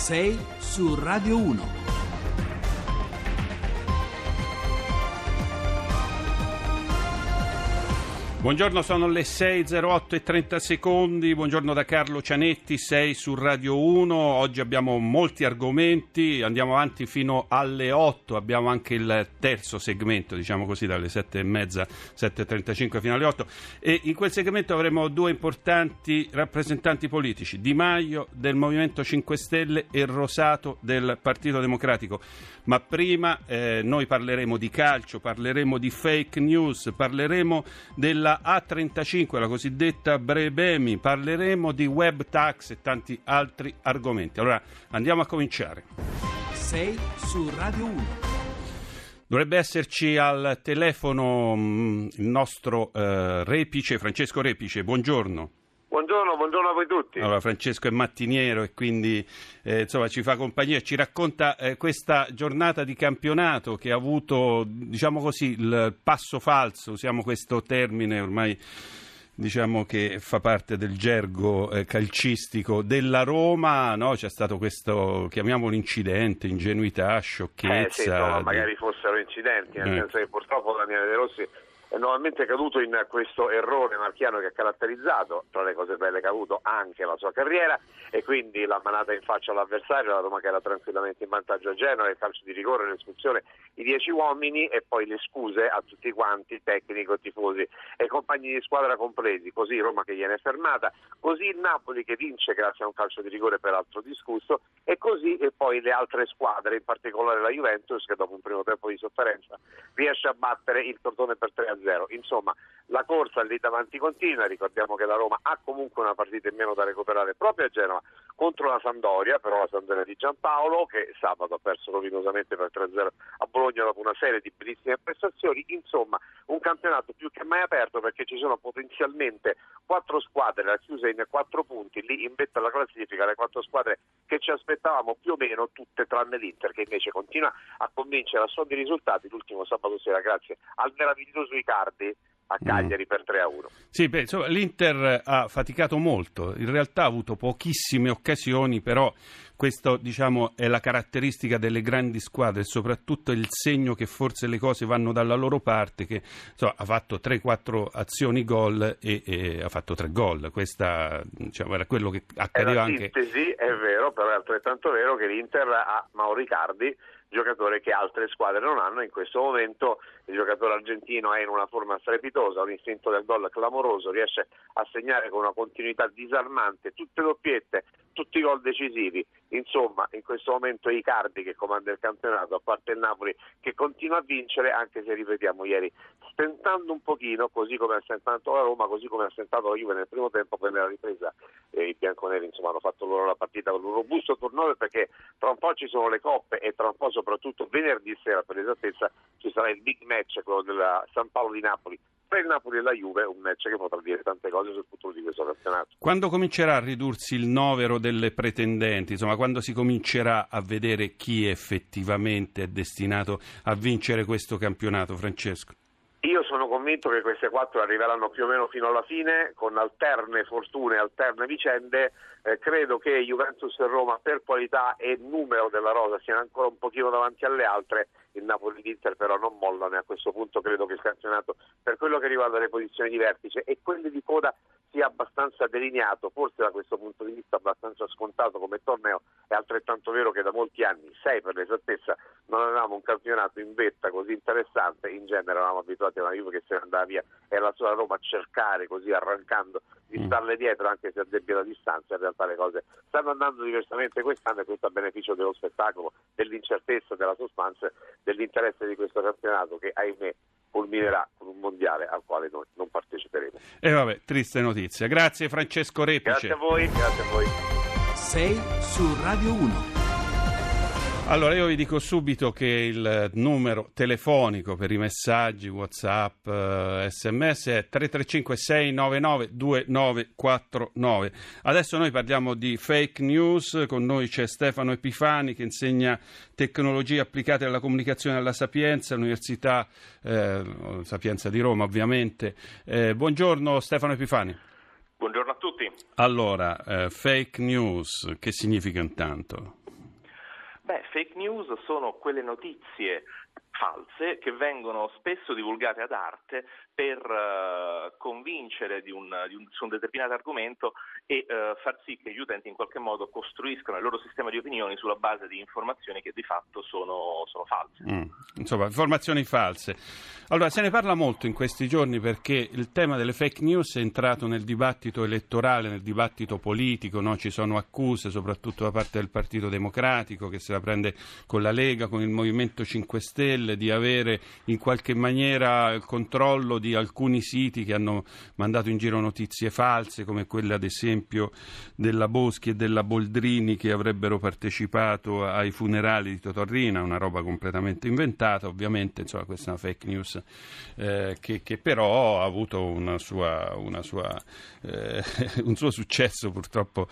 6 su Radio 1. Buongiorno, sono le 6:08 e 30 secondi. Buongiorno da Carlo Cianetti, 6 su Radio 1. Oggi abbiamo molti argomenti, andiamo avanti fino alle 8. Abbiamo anche il terzo segmento, diciamo così, dalle 7:30, 7:35 fino alle 8. E in quel segmento avremo due importanti rappresentanti politici, Di Maio del Movimento 5 Stelle e Rosato del Partito Democratico. Ma prima noi parleremo di calcio, parleremo di fake news, parleremo della A35, la cosiddetta Brebemi, parleremo di web tax e tanti altri argomenti. Allora andiamo a cominciare. 6 su Radio 1. Dovrebbe esserci al telefono il nostro Repice, Francesco Repice. Buongiorno. Buongiorno a voi tutti. Allora, Francesco è mattiniero e quindi insomma ci fa compagnia, ci racconta questa giornata di campionato che ha avuto, diciamo così, il passo falso, usiamo questo termine ormai, diciamo che fa parte del gergo calcistico della Roma, no? C'è stato questo, chiamiamolo incidente, ingenuità, sciocchezza. Sì, no, magari fossero incidenti, nel senso che purtroppo Daniele De Rossi è nuovamente caduto in questo errore marchiano che ha caratterizzato, tra le cose belle che ha avuto, anche la sua carriera, e quindi la manata in faccia all'avversario, la Roma che era tranquillamente in vantaggio a Genova, il calcio di rigore, l'espulsione, i 10 uomini e poi le scuse a tutti quanti, tecnico, tifosi e compagni di squadra compresi. Così Roma che viene fermata, così il Napoli che vince grazie a un calcio di rigore peraltro discusso, e così e poi le altre squadre, in particolare la Juventus, che dopo un primo tempo di sofferenza riesce a battere il Crotone per 3-0. Insomma, la corsa lì davanti continua. Ricordiamo che la Roma ha comunque una partita in meno da recuperare proprio a Genova contro la Sampdoria, però la Sampdoria di Giampaolo, che sabato ha perso rovinosamente per 3-0 a Bologna dopo una serie di bellissime prestazioni. Insomma, un campionato più che mai aperto, perché ci sono potenzialmente 4 squadre racchiuse in 4 punti lì in vetta alla classifica, le 4 squadre che ci aspettavamo più o meno tutte tranne l'Inter, che invece continua a convincere a sommi risultati. L'ultimo sabato sera grazie al meraviglioso Icardi a Cagliari per 3-1. Sì, insomma, l'Inter ha faticato molto, in realtà ha avuto pochissime occasioni, però questo, diciamo, è la caratteristica delle grandi squadre, soprattutto il segno che forse le cose vanno dalla loro parte, che insomma, ha fatto 3-4 azioni gol e ha fatto 3 gol. Questa, diciamo, era quello che accadeva anche. Sintesi, è vero, però è altrettanto vero che l'Inter ha Mauro Icardi, giocatore che altre squadre non hanno. In questo momento il giocatore argentino è in una forma strepitosa, un istinto del gol clamoroso, riesce a segnare con una continuità disarmante tutte doppiette, tutti i gol decisivi. Insomma, in questo momento Icardi che comanda il campionato, a parte il Napoli che continua a vincere, anche se ripetiamo ieri stentando un pochino, così come ha stentato la Roma, così come ha stentato la Juve nel primo tempo. Per nella ripresa i bianconeri insomma hanno fatto loro la partita con un robusto turnover, perché tra un po' ci sono le coppe e tra un po', soprattutto venerdì sera per l'esattezza, ci sarà il big match, quello della San Paolo di Napoli per il Napoli e la Juve, un match che potrà dire tante cose sul futuro di questo campionato. Quando comincerà a ridursi il novero delle pretendenti, insomma, quando si comincerà a vedere chi effettivamente è destinato a vincere questo campionato, Francesco? Io sono convinto che queste 4 arriveranno più o meno fino alla fine, con alterne fortune, alterne vicende. Credo che Juventus e Roma per qualità e numero della rosa siano ancora un pochino davanti alle altre. Il Napoli e l'Inter però non mollano, e a questo punto credo che il campionato, per quello che riguarda le posizioni di vertice e quelle di coda, sia abbastanza delineato, forse da questo punto di vista abbastanza scontato come torneo. È altrettanto vero che da molti anni, 6 per l'esattezza, non avevamo un campionato in vetta così interessante. In genere eravamo abituati a una Juve che se ne andava via e alla sola Roma a cercare, così arrancando, di starle dietro anche se a debita distanza. In realtà le cose stanno andando diversamente quest'anno, e questo a beneficio dello spettacolo, dell'incertezza, della suspense, dell'interesse di questo campionato che, ahimè, culminerà con un mondiale al quale noi non parteciperemo. E vabbè, triste notizia. Grazie Francesco Repice. Grazie a voi, grazie a voi. 6 su Radio 1. Allora, io vi dico subito che il numero telefonico per i messaggi, WhatsApp, SMS è 335-699-2949. Adesso noi parliamo di fake news. Con noi c'è Stefano Epifani, che insegna tecnologie applicate alla comunicazione alla Sapienza, Università Sapienza di Roma, ovviamente. Buongiorno Stefano Epifani. Buongiorno a tutti. Allora, fake news, che significa intanto? Fake news sono quelle notizie false che vengono spesso divulgate ad arte per convincere su un determinato argomento e far sì che gli utenti in qualche modo costruiscano il loro sistema di opinioni sulla base di informazioni che di fatto sono false. Insomma, informazioni false. Allora, se ne parla molto in questi giorni perché il tema delle fake news è entrato nel dibattito elettorale, nel dibattito politico, no? Ci sono accuse soprattutto da parte del Partito Democratico che se la prende con la Lega, con il Movimento 5 Stelle, di avere in qualche maniera il controllo di alcuni siti che hanno mandato in giro notizie false, come quelle ad esempio della Boschi e della Boldrini che avrebbero partecipato ai funerali di Totò Riina, una roba completamente inventata, ovviamente, insomma, questa è una fake news che però ha avuto un suo successo purtroppo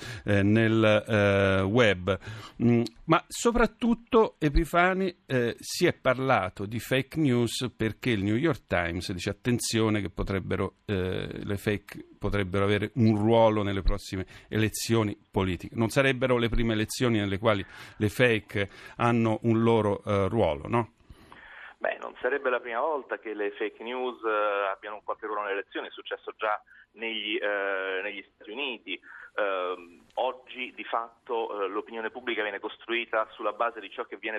nel web. Ma soprattutto, Epifani, si è parlato di fake news perché il New York Times dice attenzione che le fake potrebbero avere un ruolo nelle prossime elezioni politiche. Non sarebbero le prime elezioni nelle quali le fake hanno un loro ruolo, no? Non sarebbe la prima volta che le fake news abbiano un qualche ruolo nelle elezioni, è successo già negli Stati Uniti. Oggi di fatto l'opinione pubblica viene costruita sulla base di ciò che viene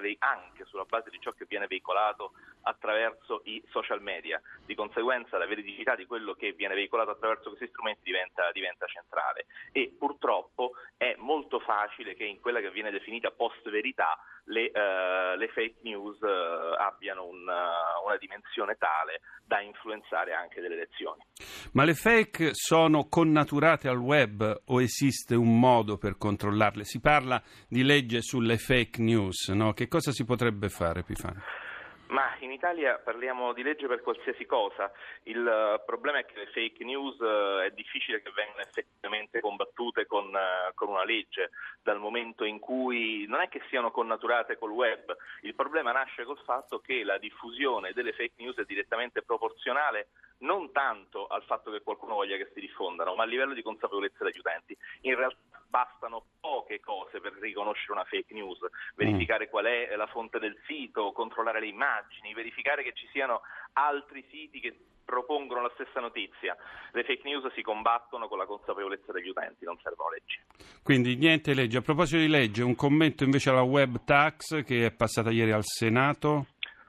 veicolato attraverso i social media. Di conseguenza la veridicità di quello che viene veicolato attraverso questi strumenti diventa centrale e purtroppo è molto facile che in quella che viene definita post-verità le fake news abbiano una dimensione tale da influenzare anche delle elezioni. Ma le fake sono connaturate al web o esiste un modo per controllarle? Si parla di legge sulle fake news, no? Che cosa si potrebbe fare, Epifani? Ma in Italia parliamo di legge per qualsiasi cosa. Il problema è che le fake news è difficile che vengano effettivamente combattute con una legge, dal momento in cui non è che siano connaturate col web. Il problema nasce col fatto che la diffusione delle fake news è direttamente proporzionale non tanto al fatto che qualcuno voglia che si diffondano, ma a livello di consapevolezza degli utenti. In realtà bastano poche cose per riconoscere una fake news, verificare qual è la fonte del sito, controllare le immagini, verificare che ci siano altri siti che propongono la stessa notizia. Le fake news si combattono con la consapevolezza degli utenti, non servono leggi. Quindi niente legge. A proposito di legge, un commento invece alla web tax che è passata ieri al Senato.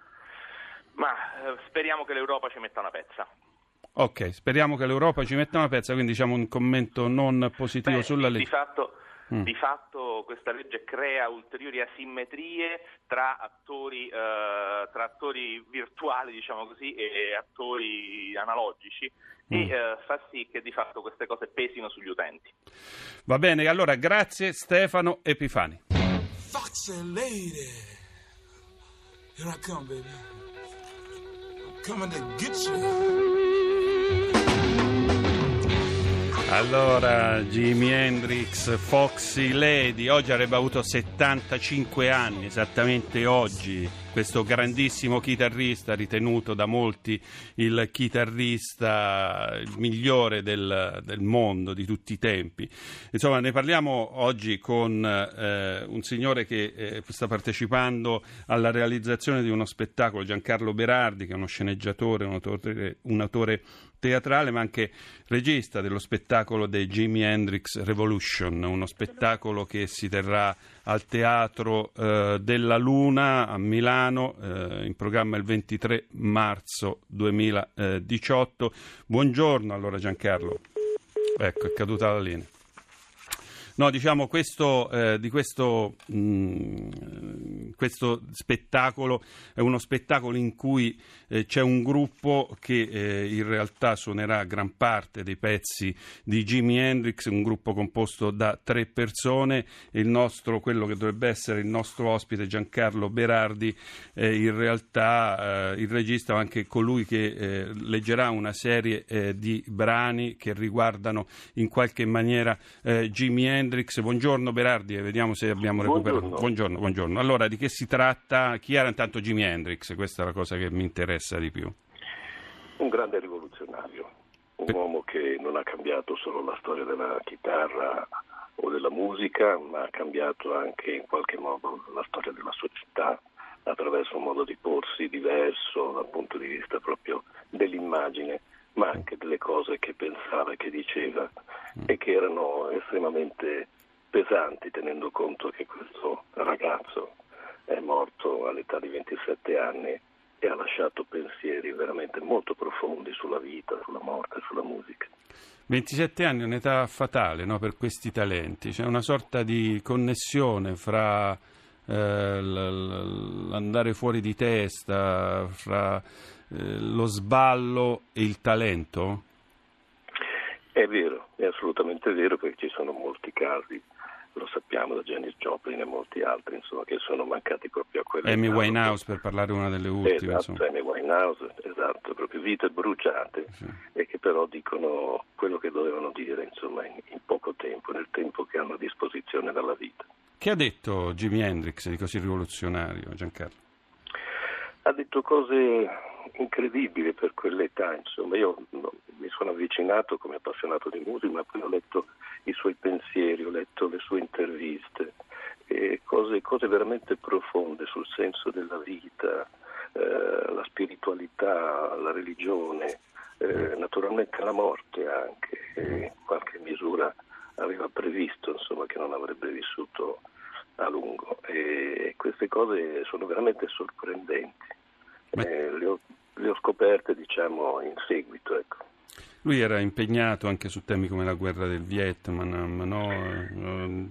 Ma speriamo che l'Europa ci metta una pezza. Ok, speriamo che l'Europa ci metta una pezza, quindi diciamo un commento non positivo sulla legge. Di fatto questa legge crea ulteriori asimmetrie tra attori virtuali, diciamo così, e attori analogici e fa sì che di fatto queste cose pesino sugli utenti. Va bene, allora grazie Stefano Epifani. Foxy lady, here I come, baby. I'm coming to get you. Allora, Jimi Hendrix, Foxy Lady, oggi avrebbe avuto 75 anni, esattamente oggi, questo grandissimo chitarrista, ritenuto da molti il chitarrista il migliore del mondo, di tutti i tempi. Insomma, ne parliamo oggi con un signore che sta partecipando alla realizzazione di uno spettacolo, Giancarlo Berardi, che è uno sceneggiatore, un autore teatrale, ma anche regista dello spettacolo The Jimi Hendrix Revolution, uno spettacolo che si terrà al Teatro della Luna a Milano, in programma il 23 marzo 2018. Buongiorno allora Giancarlo. Ecco, è caduta la linea. No, diciamo questo spettacolo è uno spettacolo in cui c'è un gruppo che in realtà suonerà gran parte dei pezzi di Jimi Hendrix, un gruppo composto da 3 persone. Quello che dovrebbe essere il nostro ospite Giancarlo Berardi, in realtà il regista è anche colui che leggerà una serie di brani che riguardano in qualche maniera Jimi Hendrix. Buongiorno Berardi, vediamo se abbiamo recuperato. Buongiorno. Allora, di che si tratta? Chi era intanto Jimi Hendrix? Questa è la cosa che mi interessa di più. Un grande rivoluzionario, un uomo che non ha cambiato solo la storia della chitarra o della musica, ma ha cambiato anche in qualche modo la storia della società attraverso un modo di porsi diverso dal punto di vista proprio dell'immagine, ma anche delle cose che pensava e che diceva e che erano estremamente pesanti, tenendo conto che questo ragazzo è morto all'età di 27 anni e ha lasciato pensieri veramente molto profondi sulla vita, sulla morte, sulla musica. 27 anni è un'età fatale, no, per questi talenti, c'è una sorta di connessione fra l'andare fuori di testa, fra lo sballo e il talento? È vero, è assolutamente vero, perché ci sono molti casi, lo sappiamo, da Janis Joplin e molti altri, insomma, che sono mancati proprio a quella. Amy Winehouse, per parlare una delle ultime. Esatto, Amy Winehouse, esatto, proprio vite bruciate, sì. E che però dicono quello che dovevano dire, insomma, in poco tempo, nel tempo che hanno a disposizione dalla vita. Che ha detto Jimi Hendrix di così rivoluzionario, Giancarlo? Ha detto cose incredibili per quell'età, insomma. Io mi sono avvicinato come appassionato di musica, ma poi ho letto i suoi pensieri, ho letto le sue interviste, e cose veramente profonde sul senso della vita, la spiritualità, la religione, naturalmente la morte anche, in qualche misura aveva previsto, insomma, che non avrebbe vissuto a lungo, e queste cose sono veramente sorprendenti. Le ho scoperte, diciamo, in seguito, ecco. Lui era impegnato anche su temi come la guerra del Vietnam, no?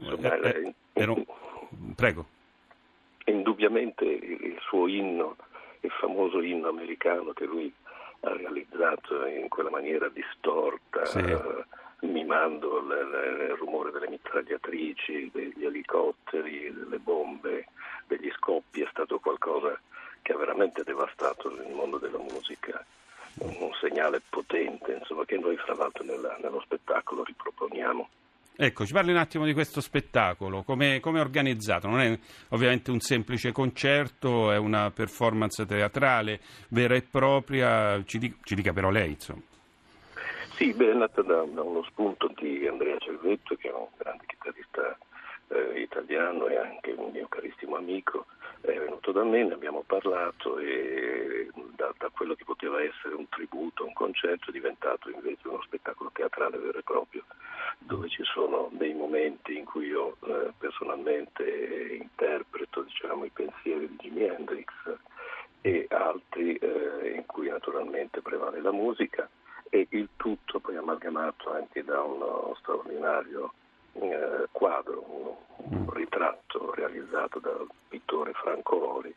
Prego. Indubbiamente il suo inno, il famoso inno americano che lui ha realizzato in quella maniera distorta, sì, mimando il rumore delle mitragliatrici, degli elicotteri, delle bombe, degli scoppi, è stato qualcosa che ha veramente devastato il mondo della musica, un segnale potente, insomma, che noi fra l'altro nello spettacolo riproponiamo. Ecco, ci parli un attimo di questo spettacolo, come è organizzato? Non è ovviamente un semplice concerto, è una performance teatrale vera e propria, ci dica però lei, insomma. Sì, è nata da uno spunto di Andrea Cervetto, che è un grande chitarrista italiano e anche un mio carissimo amico. È venuto da me, ne abbiamo parlato, e da quello che poteva essere un tributo, un concerto, è diventato invece uno spettacolo teatrale vero e proprio, dove ci sono dei momenti in cui io personalmente interpreto, diciamo, i pensieri di Jimi Hendrix, e altri in cui naturalmente prevale la musica, e il tutto poi amalgamato anche da uno straordinario quadro, un ritratto realizzato dal pittore Franco Roli,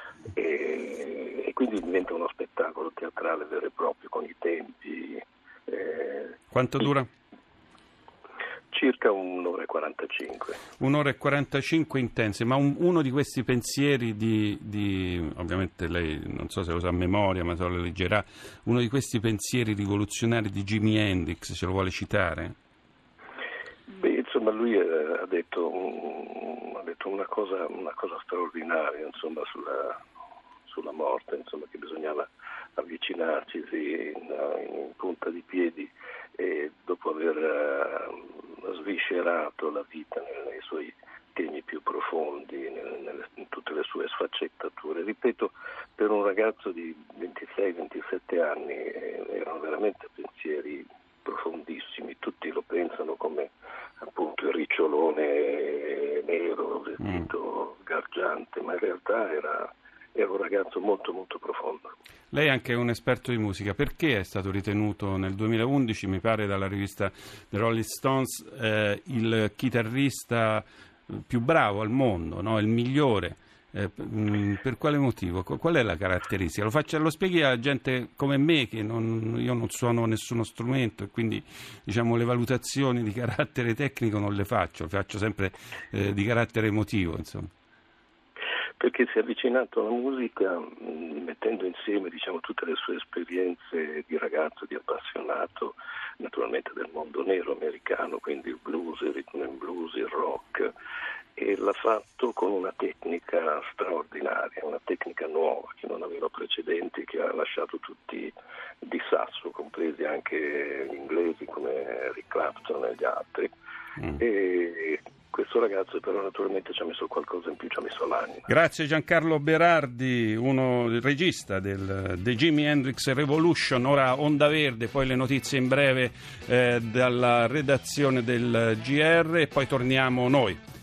e quindi diventa uno spettacolo teatrale vero e proprio, con i tempi. Quanto dura? Circa un'ora e 45. Un'ora e 45 intense, ma uno di questi pensieri di ovviamente lei non so se lo sa a memoria, ma se lo leggerà, uno di questi pensieri rivoluzionari di Jimi Hendrix, ce lo vuole citare? Beh, insomma, lui ha detto una cosa straordinaria, insomma, sulla morte, insomma, che bisognava avvicinarci in punta di piedi, e dopo aver sviscerato la vita nei suoi temi più profondi, in tutte le sue sfaccettature. Ripeto, per un ragazzo di 26-27 anni erano veramente pensieri profondissimi. Tutti lo pensano come appunto il ricciolone nero vestito sgargiante, ma in realtà era un ragazzo molto molto profondo. Lei è anche un esperto di musica. Perché è stato ritenuto nel 2011, mi pare dalla rivista The Rolling Stones, il chitarrista più bravo al mondo, no? Il migliore? Per quale motivo? Qual è la caratteristica? Lo spieghi a gente come me, che io non suono nessuno strumento, e quindi, diciamo, le valutazioni di carattere tecnico non le faccio sempre di carattere emotivo, insomma. perché si è avvicinato alla musica mettendo insieme, diciamo, tutte le sue esperienze di ragazzo, di appassionato naturalmente del mondo nero americano, quindi il blues, il rhythm and blues, il rock, e l'ha fatto con una tecnica straordinaria, una tecnica nuova che non aveva precedenti, che ha lasciato tutti di sasso, compresi anche gli inglesi come Eric Clapton e gli altri. E questo ragazzo però naturalmente ci ha messo qualcosa in più, ci ha messo l'anima. Grazie Giancarlo Berardi, il regista del The Jimi Hendrix Revolution. Ora Onda Verde, poi le notizie in breve dalla redazione del GR e poi torniamo noi.